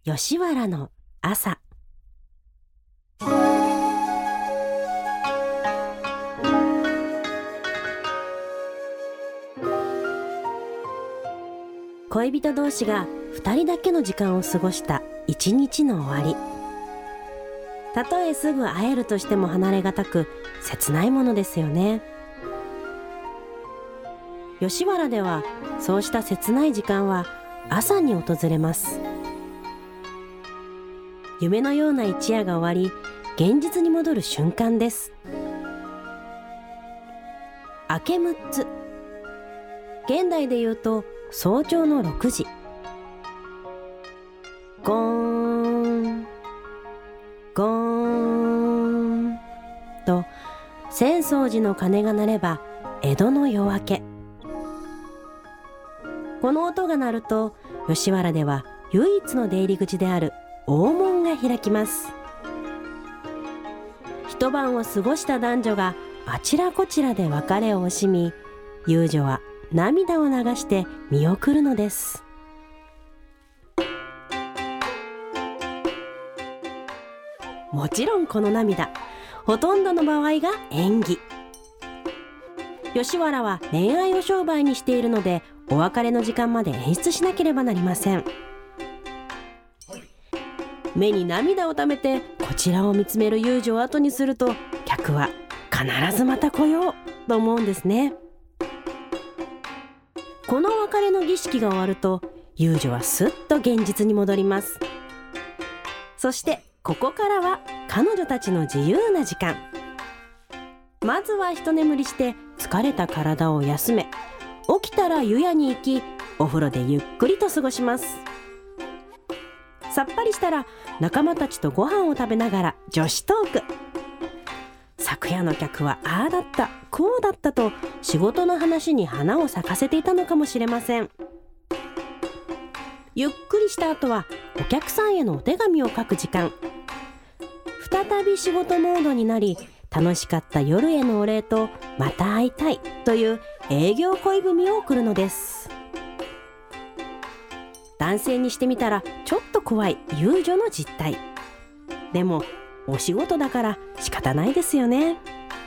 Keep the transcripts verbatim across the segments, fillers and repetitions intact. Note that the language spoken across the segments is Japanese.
吉原の朝。恋人同士が二人だけの時間を過ごした一日の終わり。たとえすぐ会えるとしても離れがたく切ないものですよね。吉原ではそうした切ない時間は朝に訪れます。夢のような一夜が終わり、現実に戻る瞬間です。明けむっつ、現代で言うと早朝のろくじ。ゴーンゴーンと浅草寺の鐘が鳴れば江戸の夜明け。この音が鳴ると吉原では唯一の出入り口である大門が開きます。一晩を過ごした男女があちらこちらで別れを惜しみ、遊女は涙を流して見送るのです。もちろんこの涙、ほとんどの場合が演技。吉原は恋愛を商売にしているので、お別れの時間まで演出しなければなりません。目に涙をためてこちらを見つめる遊女を後にすると、客は必ずまた来ようと思うんですね。この別れの儀式が終わると、遊女はすっと現実に戻ります。そしてここからは彼女たちの自由な時間。まずは一眠りして疲れた体を休め、起きたら湯屋に行き、お風呂でゆっくりと過ごします。さっぱりしたら仲間たちとご飯を食べながら女子トーク。昨夜の客はああだったこうだったと仕事の話に花を咲かせていたのかもしれません。ゆっくりした後はお客さんへのお手紙を書く時間。再び仕事モードになり、楽しかった夜へのお礼とまた会いたいという営業恋文を送るのです。男性にしてみたらちょっと怖い遊女の実態。でもお仕事だから仕方ないですよね。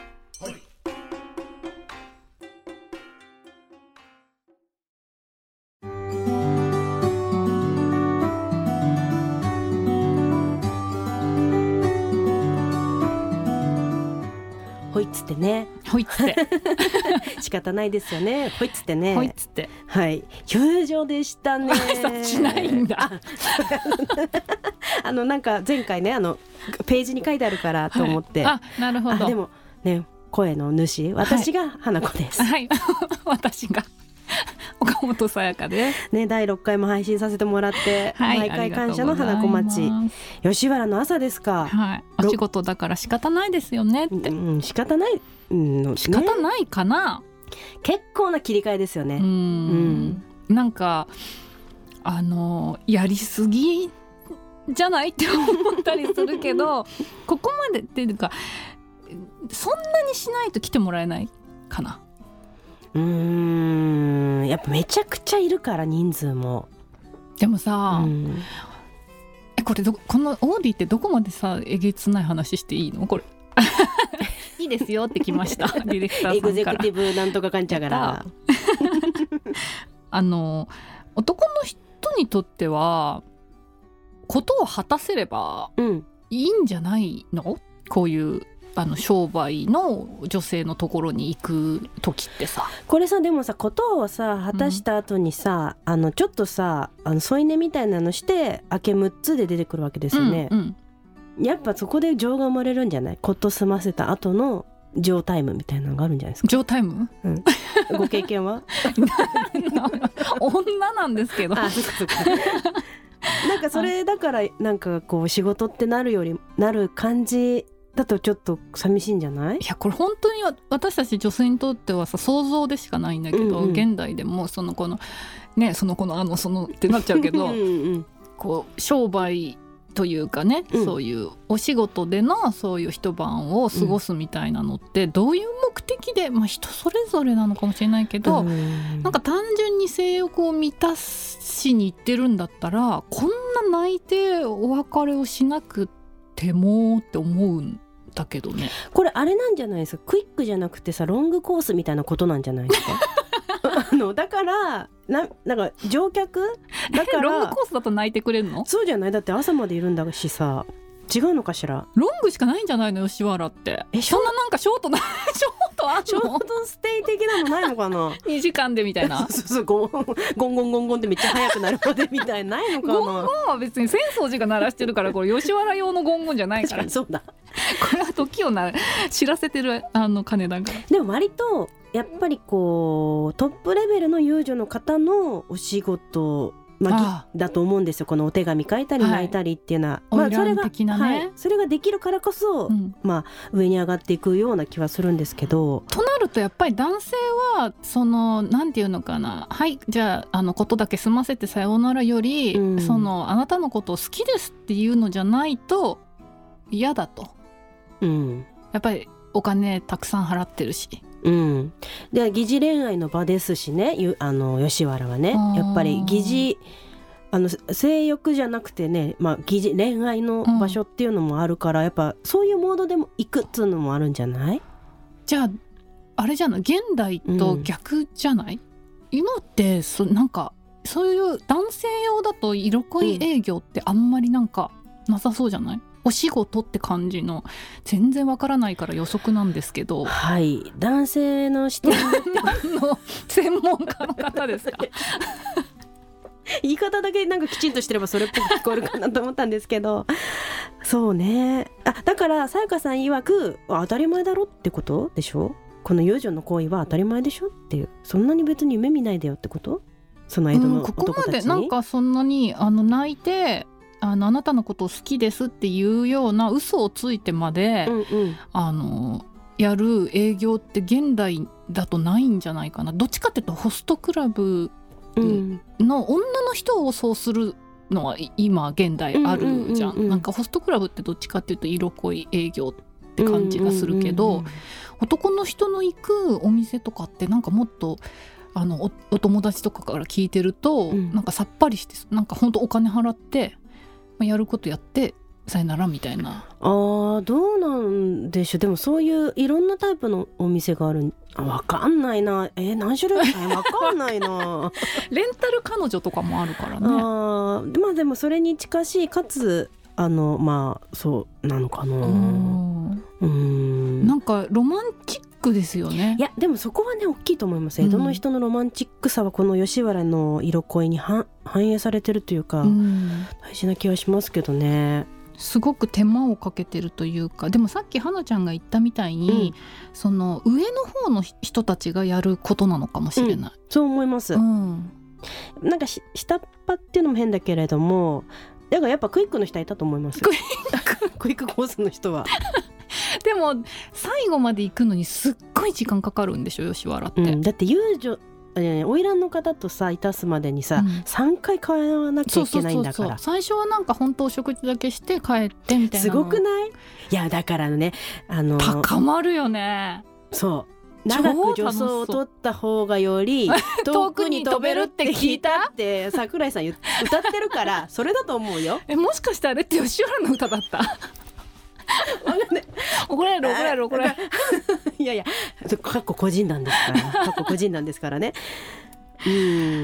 ほいっつってね。 ほいっつって仕方ないですよね。ほいっつってね。 ほいっつって。 はい。友情でしたね。 挨拶しないんだ。 あのなんか前回ね、あのページに書いてあるからと思って。 はい、あ、なるほど。 でもね、声の主、私が花子です。 はい。私が岡本さやかです。 ね、だいろっかいも配信させてもらって、はい、毎回感謝の花子町。吉原の朝ですか。 はい。お仕事だから仕方ないですよねって。 うん、仕方ない、うん、ね、 仕方ないかな。 結構な切り替えですよね。うん、 うん、なんかあのやりすぎじゃないって思ったりするけどここまでっていうか、そんなにしないと来てもらえないかな。 うーん、やっぱめちゃくちゃいるから人数も。 でもさ、うん、えこれどこのオーディってどこまでさえげつない話していいのこれいいですよって来ましたディレクターさんから。 エグゼクティブなんとかかんちゃからあの男の人にとってはことを果たせればいいんじゃないの、うん、こういうあの商売の女性のところに行く時ってさ。 これさ、でもさ、ことをさ果たした後にさ、うん、あのちょっとさ、あの添い寝みたいなのして明けむっつで出てくるわけですよね、うんうん、やっぱそこで情が生まれるんじゃない？こと済ませた後の情タイムみたいなのがあるんじゃないですか。 情タイム、 うん、ご経験は女なんですけど。 あ、そっかそっかなんかそれだから、なんかこう仕事ってなるよりなる感じだとちょっと寂しいんじゃない？ いや、これ本当に私たち女性にとってはさ、想像でしかないんだけど、うんうん、現代でもその子のね、その子のあのそのってなっちゃうけどうん、うん、こう商売というかね、うん、そういうお仕事でのそういう一晩を過ごすみたいなのってどういう目的で、まあ、人それぞれなのかもしれないけど、うん、なんか単純に性欲を満たしに行ってるんだったらこんな泣いてお別れをしなくてもって思うんだけどね。 これあれなんじゃないですか、クイックじゃなくてさロングコースみたいなことなんじゃないですかあのだからななんか乗客だからロングコースだと泣いてくれるの？ そうじゃない、だって朝までいるんだしさ、違うのかしら。 ロングしかないんじゃないの吉原って。えそんななんかショートなショートあんの？ ショートステイ的なのないのかなにじかんでみたいなそうそうゴンゴンゴンゴンゴンゴンってめっちゃ速くなるまでみたいなないのかな。 ゴンゴンは別に浅草寺が鳴らしてるからこれ吉原用のゴンゴンじゃないからそうだこれは時をな知らせてるあの鐘だから。 でも割とやっぱりこうトップレベルの遊女の方のお仕事、まあ、 ああだと思うんですよ。このお手紙書いたり泣いたりっていうのは、 はい、 まあ、それが、 花魁的なね、 はい、それができるからこそ、 うんまあ、上に上がっていくような気はするんですけど。 となるとやっぱり男性はそのなんていうのかな、はいじゃああのことだけ済ませてさようならより、うん、そのあなたのことを好きですっていうのじゃないと嫌だと、うん、やっぱりお金たくさん払ってるし、 うん、で疑似恋愛の場ですしね、あの吉原はねやっぱり疑似あの性欲じゃなくてね、まあ、疑似恋愛の場所っていうのもあるから、うん、やっぱそういうモードでも行くっていうのもあるんじゃない？ じゃああれじゃない、現代と逆じゃない、うん、今ってそなんかそういう男性用だと色恋営業ってあんまりなんかなさそうじゃない？お仕事って感じの全然わからないから予測なんですけど。 はい、男性の視点の専門家の方ですか言い方だけなんかきちんとしてればそれっぽく聞こえるかなと思ったんですけどそうね、あだからさやかさん曰く当たり前だろってことでしょ。この遊女の行為は当たり前でしょっていう、そんなに別に夢見ないでよってこと。その江戸の男たちに、うん、ここまでなんかそんなにあの泣いてあのあなたのことを好きですっていうような嘘をついてまで、うんうん、あのやる営業って現代だとないんじゃないかな。どっちかっていうとホストクラブの女の人をそうするのは今現代あるじゃん、うんうんうんうん、なんかホストクラブってどっちかっていうと色恋営業って感じがするけど、うんうんうんうん、男の人の行くお店とかってなんかもっとあの お, お友達とかから聞いてると、うん、なんかさっぱりしてなんかほんとお金払ってやることやってさよならみたいな。 あーどうなんでしょう。でもそういういろんなタイプのお店がある。あわかんないな、えー、何種類かわかんないなレンタル彼女とかもあるからね。 あまあでもそれに近しいかつあのまあそうなのかな。うんうんなんかロマンチックですよね。 いやでもそこはね大きいと思います。江戸の人のロマンチックさはこの吉原の色恋に反映されてるというか、うん、大事な気はしますけどね。 すごく手間をかけてるというか、でもさっき花ちゃんが言ったみたいに、うん、その上の方の人たちがやることなのかもしれない、うん、 そう思います、うん、なんかし下っ端っていうのも変だけれどもだからやっぱクイックの人はいたと思います。クイッククイックコースの人はでも最後まで行くのにすっごい時間かかるんでしょ吉原って、 うん、だって遊女花魁の方とさいたすまでにさ、うん、さんかい買わなきゃいけないんだから。そうそうそうそう、 最初はなんか本当お食事だけして帰ってみたいな。 すごくない？いやだからねあの高まるよね。 そう長く助走を取った方がより遠くに飛べるって聞いたって桜井さん歌ってるからそれだと思うよ。 えもしかしてあれって吉原の歌だった怒られる怒られる怒られるいやいや過去個人なんですから過去個人なんですからねうん、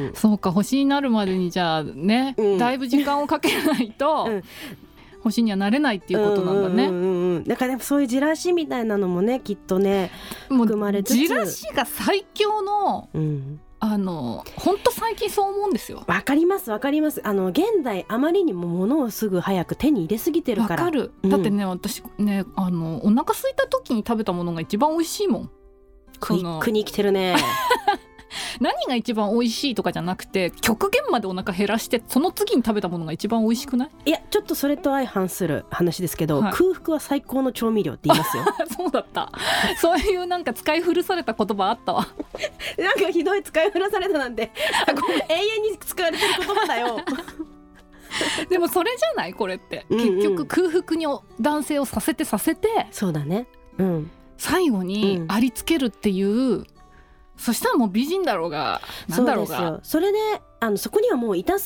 そうか星になるまでにじゃあね、うん、だいぶ時間をかけないと、うん、星にはなれないっていうことなんだね、うんうんうん、だからそういうじらしみたいなのもねきっとね含まれつつじらしが最強の、うんあの本当最近そう思うんですよ。 わかりますわかります。あの現代あまりにも物をすぐ早く手に入れすぎてるから。 わかる、うん、だってね私ねあのお腹空いた時に食べたものが一番美味しいもん。 クイックに生きてるね何が一番美味しいとかじゃなくて極限までお腹減らしてその次に食べたものが一番美味しくない？ いやちょっとそれと相反する話ですけど、はい、空腹は最高の調味料って言いますよそうだったそういうなんか使い古された言葉あったわなんかひどい使い古されたなんて永遠に使われてる言葉だよでもそれじゃないこれって、うんうん、結局空腹に男性をさせてさせてそうだね、うん、 最後にありつけるっていう、うん、そしたらもう美人だろうがなんだろうがそうですよ。それであのそこにはもういたす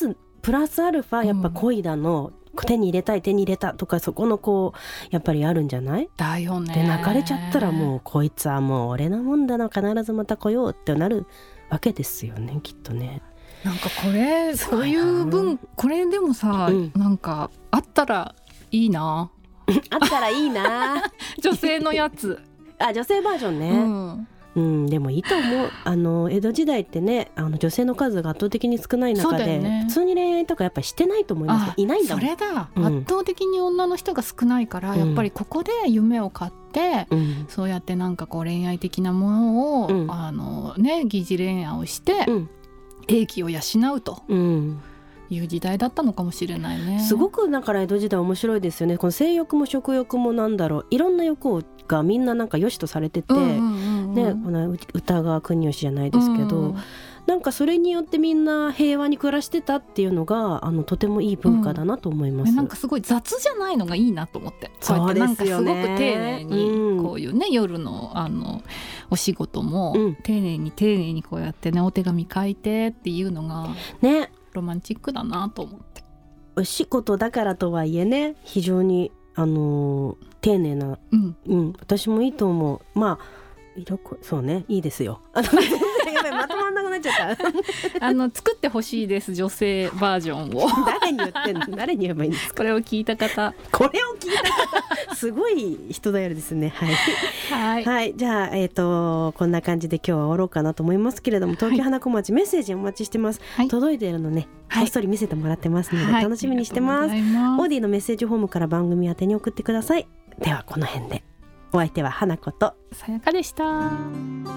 プラスアルファやっぱ恋だの、うん、手に入れたい手に入れたとかそこのこうやっぱりあるんじゃない？ だよね。 で泣かれちゃったらもうこいつはもう俺のもんだな必ずまた来ようってなるわけですよねきっとね。 なんかこれそういう分これでもさ、うん、なんかあったらいいなあったらいいな女性のやつあ女性バージョンね、 うんうん、でもいいと思う。あの江戸時代ってねあの女性の数が圧倒的に少ない中で、ね、普通に恋愛とかやっぱりしてないと思います。いないんだもん。 それだ、うん、圧倒的に女の人が少ないから、うん、やっぱりここで夢を買って、うん、そうやってなんかこう恋愛的なものを、うん、あのね疑似恋愛をして、うん、英気を養うと、うんいう時代だったのかもしれないね。 すごくだから江戸時代面白いですよね。この性欲も食欲もなんだろういろんな欲がみんななんか良しとされてて、うんうんうんうんね、この歌川国吉じゃないですけど、うん、なんかそれによってみんな平和に暮らしてたっていうのがあのとてもいい文化だなと思います、 うん、なんかすごい雑じゃないのがいいなと思って。そうですよね。なんかすごく丁寧にこういうね、うん、夜 の, あのお仕事も丁寧に丁寧にこうやってねお手紙書いてっていうのがねロマンチックだなと思って。 お仕事だからとはいえね非常にあのー、丁寧な、うんうん、私もいいと思う。まあ色こそうねいいですよ。あのやばいまとまんなくなっちゃったあの作ってほしいです女性バージョンを誰に言ってんの誰に言えばいいんですか。 これを聞いた方これを聞いた方すごい人だよですね。はい、はいはい、じゃあ、えー、とこんな感じで今日は終わろうかなと思いますけれども東京花子町、はい、メッセージお待ちしてます、はい、届いているのねこっそり見せてもらってますので、はい、楽しみにしてます、はい、ますオーディのメッセージフォームから番組宛てに送ってください。ではこの辺でお相手は花子とさやかでした。